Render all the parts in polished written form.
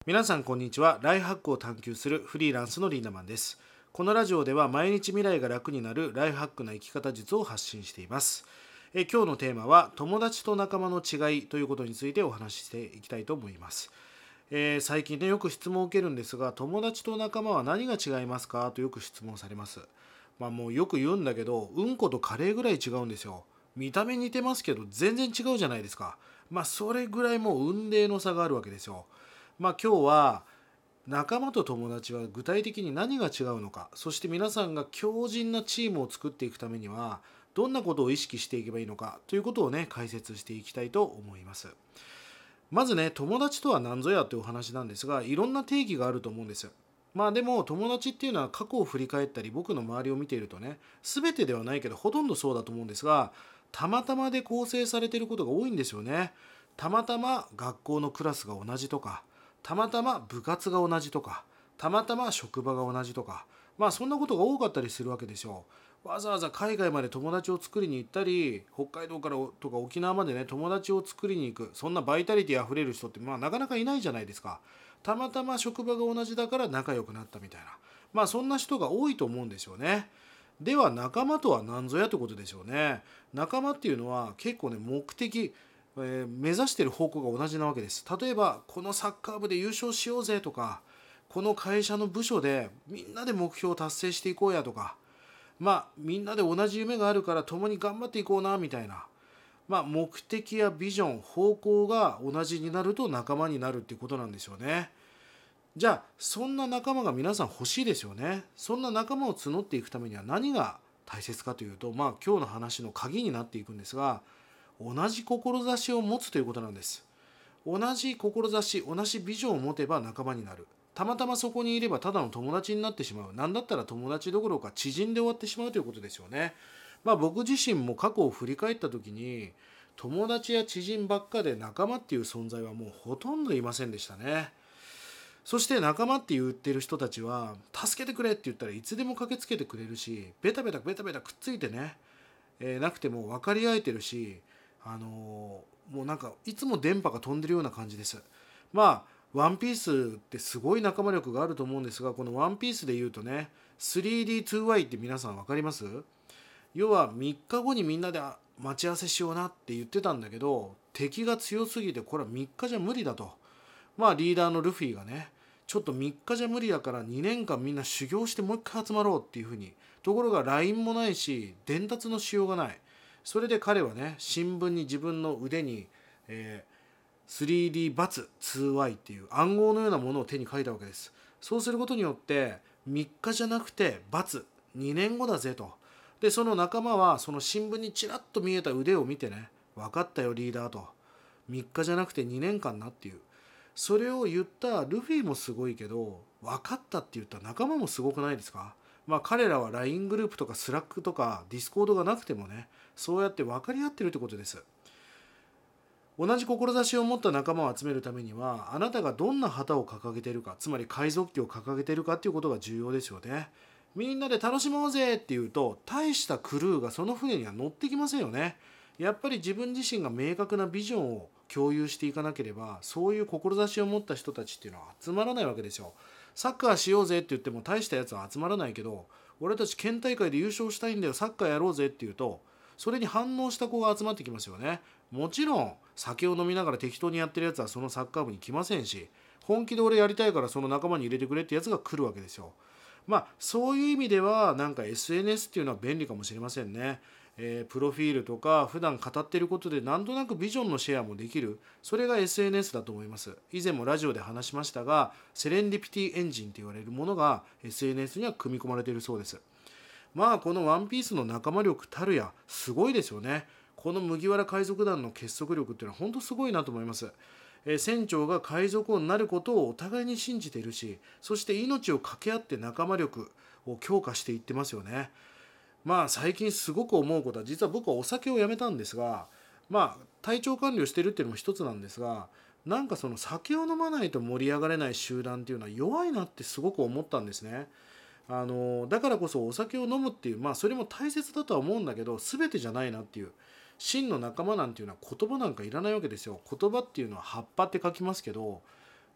皆さんこんにちは。ライフハックを探求するフリーランスのリーダマンです。このラジオでは毎日未来が楽になるライフハックな生き方術を発信しています。今日のテーマは友達と仲間の違いということについてお話ししていきたいと思います。最近ねよく質問を受けるんですが、友達と仲間は何が違いますかとよく質問されます。もうよく言うんだけど、うんことカレーぐらい違うんですよ。見た目似てますけど全然違うじゃないですか。それぐらいもう雲泥の差があるわけですよ。今日は仲間と友達は具体的に何が違うのか、そして皆さんが強靭なチームを作っていくためにはどんなことを意識していけばいいのかということをね解説していきたいと思います。まずね、友達とは何ぞやというお話なんですが、いろんな定義があると思うんです。でも友達っていうのは過去を振り返ったり僕の周りを見ているとね、全てではないけどほとんどそうだと思うんですが、たまたまで構成されていることが多いんですよね。たまたま学校のクラスが同じとか、たまたま部活が同じとか、たまたま職場が同じとか、そんなことが多かったりするわけですよ。わざわざ海外まで友達を作りに行ったり、北海道からとか沖縄までね友達を作りに行く、そんなバイタリティあふれる人ってなかなかいないじゃないですか。たまたま職場が同じだから仲良くなったみたいな、そんな人が多いと思うんですよね。では仲間とは何ぞやということですよね。仲間っていうのは結構ね目的、目指している方向が同じなわけです。例えばこのサッカー部で優勝しようぜとか、この会社の部署でみんなで目標を達成していこうやとか、みんなで同じ夢があるから共に頑張っていこうなみたいな、目的やビジョン方向が同じになると仲間になるっていうことなんですよね。じゃあそんな仲間が皆さん欲しいですよね。そんな仲間を募っていくためには何が大切かというと、今日の話の鍵になっていくんですが、同じ志を持つということなんです。同じ志、同じビジョンを持てば仲間になる。たまたまそこにいればただの友達になってしまう。なんだったら友達どころか知人で終わってしまうということですよね。僕自身も過去を振り返った時に、友達や知人ばっかで仲間っていう存在はもうほとんどいませんでしたね。そして仲間って言ってる人たちは助けてくれって言ったらいつでも駆けつけてくれるし、ベタベタベタベタくっついてね、なくても分かり合えてるし、もういつも電波が飛んでるような感じです。ワンピースってすごい仲間力があると思うんですが、このワンピースで言うとね、3D2Y って皆さん分かります？要は3日後にみんなで待ち合わせしようなって言ってたんだけど、敵が強すぎてこれは3日じゃ無理だと。リーダーのルフィがね、ちょっと3日じゃ無理だから2年間みんな修行してもう一回集まろうっていうふうに。ところが LINE もないし伝達のしようがない。それで彼はね、新聞に自分の腕に、3D×2Y っていう暗号のようなものを手に書いたわけです。そうすることによって3日じゃなくて×2年後だぜと。でその仲間はその新聞にちらっと見えた腕を見てね、分かったよリーダーと、3日じゃなくて2年間なっていう、それを言ったルフィもすごいけど、分かったって言った仲間もすごくないですか？彼らは LINE グループとか Slack とか Discord がなくてもね、そうやって分かり合ってるってことです。同じ志を持った仲間を集めるためには、あなたがどんな旗を掲げているか、つまり海賊旗を掲げているかっていうことが重要ですよね。みんなで楽しもうぜっていうと、大したクルーがその船には乗ってきませんよね。やっぱり自分自身が明確なビジョンを共有していかなければ、そういう志を持った人たちっていうのは集まらないわけですよ。サッカーしようぜって言っても大したやつは集まらないけど、俺たち県大会で優勝したいんだよ、サッカーやろうぜって言うと、それに反応した子が集まってきますよね。もちろん酒を飲みながら適当にやってるやつはそのサッカー部に来ませんし、本気で俺やりたいからその仲間に入れてくれってやつが来るわけですよ。そういう意味ではSNS っていうのは便利かもしれませんね。プロフィールとか普段語っていることでなんとなくビジョンのシェアもできる、それが SNS だと思います。以前もラジオで話しましたが、セレンディピティエンジンと言われるものが SNS には組み込まれているそうです。このワンピースの仲間力たるやすごいですよね。この麦わら海賊団の結束力っていうのは本当すごいなと思います。船長が海賊王になることをお互いに信じているし、そして命を掛け合って仲間力を強化していってますよね。最近すごく思うことは、実は僕はお酒をやめたんですが、体調管理をしているっていうのも一つなんですが、その酒を飲まないと盛り上がれない集団っていうのは弱いなってすごく思ったんですね。だからこそお酒を飲むっていう、それも大切だとは思うんだけど全てじゃないなっていう。真の仲間なんていうのは言葉なんかいらないわけですよ。言葉っていうのは葉っぱって書きますけど、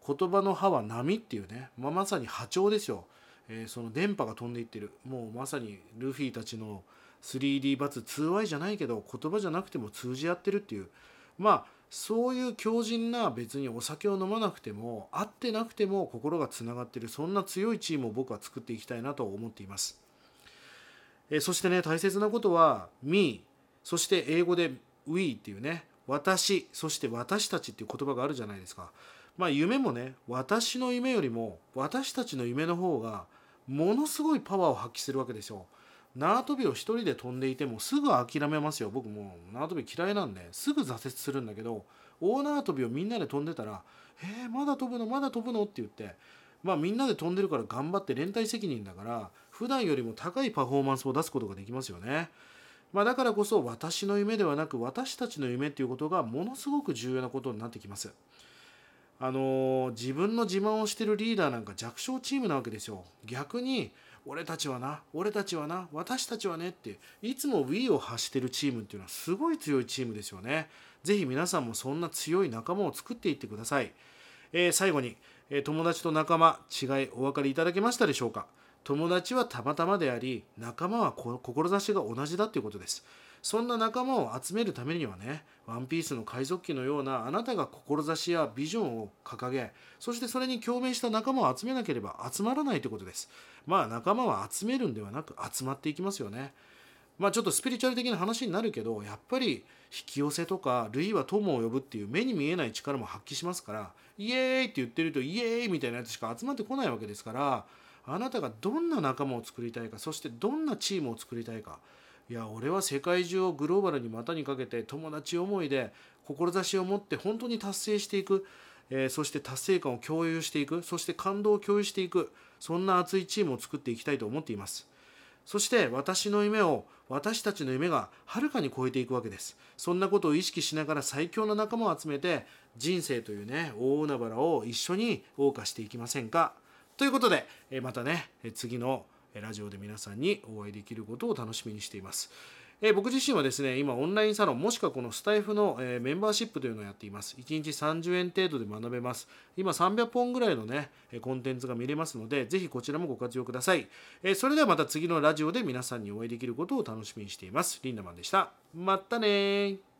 言葉の波は波っていうね、まさに波長ですよ。その電波が飛んでいってる、もうまさにルフィたちの 3D バツ 2Y じゃないけど言葉じゃなくても通じ合ってるっていう、そういう強靭な、別にお酒を飲まなくても会ってなくても心がつながってる、そんな強いチームを僕は作っていきたいなと思っています。そしてね、大切なことは Me、 そして英語で We っていうね、私、そして私たちっていう言葉があるじゃないですか。夢もね、私の夢よりも私たちの夢の方がものすごいパワーを発揮するわけですよ。縄跳びを一人で飛んでいてもすぐ諦めますよ。僕もう縄跳び嫌いなんですぐ挫折するんだけど、大縄跳びをみんなで飛んでたらまだ飛ぶのまだ飛ぶのって言って、みんなで飛んでるから頑張って、連帯責任だから普段よりも高いパフォーマンスを出すことができますよね。だからこそ私の夢ではなく私たちの夢っていうことがものすごく重要なことになってきます。自分の自慢をしてるリーダーなんか弱小チームなわけですよ。逆に俺たちはな、俺たちはな、私たちはねっていつも We を発してるチームっていうのはすごい強いチームですよね。ぜひ皆さんもそんな強い仲間を作っていってください。最後に、友達と仲間、違いお分かりいただけましたでしょうか。友達はたまたまであり、仲間は志が同じだということです。そんな仲間を集めるためにはね、ワンピースの海賊旗のようなあなたが志やビジョンを掲げ、そしてそれに共鳴した仲間を集めなければ集まらないということです。仲間は集めるんではなく集まっていきますよね。ちょっとスピリチュアル的な話になるけど、やっぱり引き寄せとか類は友を呼ぶっていう目に見えない力も発揮しますから、イエーイって言ってるとイエーイみたいなやつしか集まってこないわけですから、あなたがどんな仲間を作りたいか、そしてどんなチームを作りたいか。いや、俺は世界中をグローバルに股にかけて友達思いで志を持って本当に達成していく、そして達成感を共有していく、そして感動を共有していく、そんな熱いチームを作っていきたいと思っています。そして私の夢を私たちの夢がはるかに超えていくわけです。そんなことを意識しながら最強の仲間を集めて、人生というね、大海原を一緒に謳歌していきませんか。ということで、またね、次のラジオで皆さんにお会いできることを楽しみにしています。僕自身はですね、今オンラインサロンもしくはこのスタイフのメンバーシップというのをやっています。1日30円程度で学べます。今300本ぐらいのねコンテンツが見れますので、ぜひこちらもご活用ください。それではまた次のラジオで皆さんにお会いできることを楽しみにしています。リンダマンでした。またね。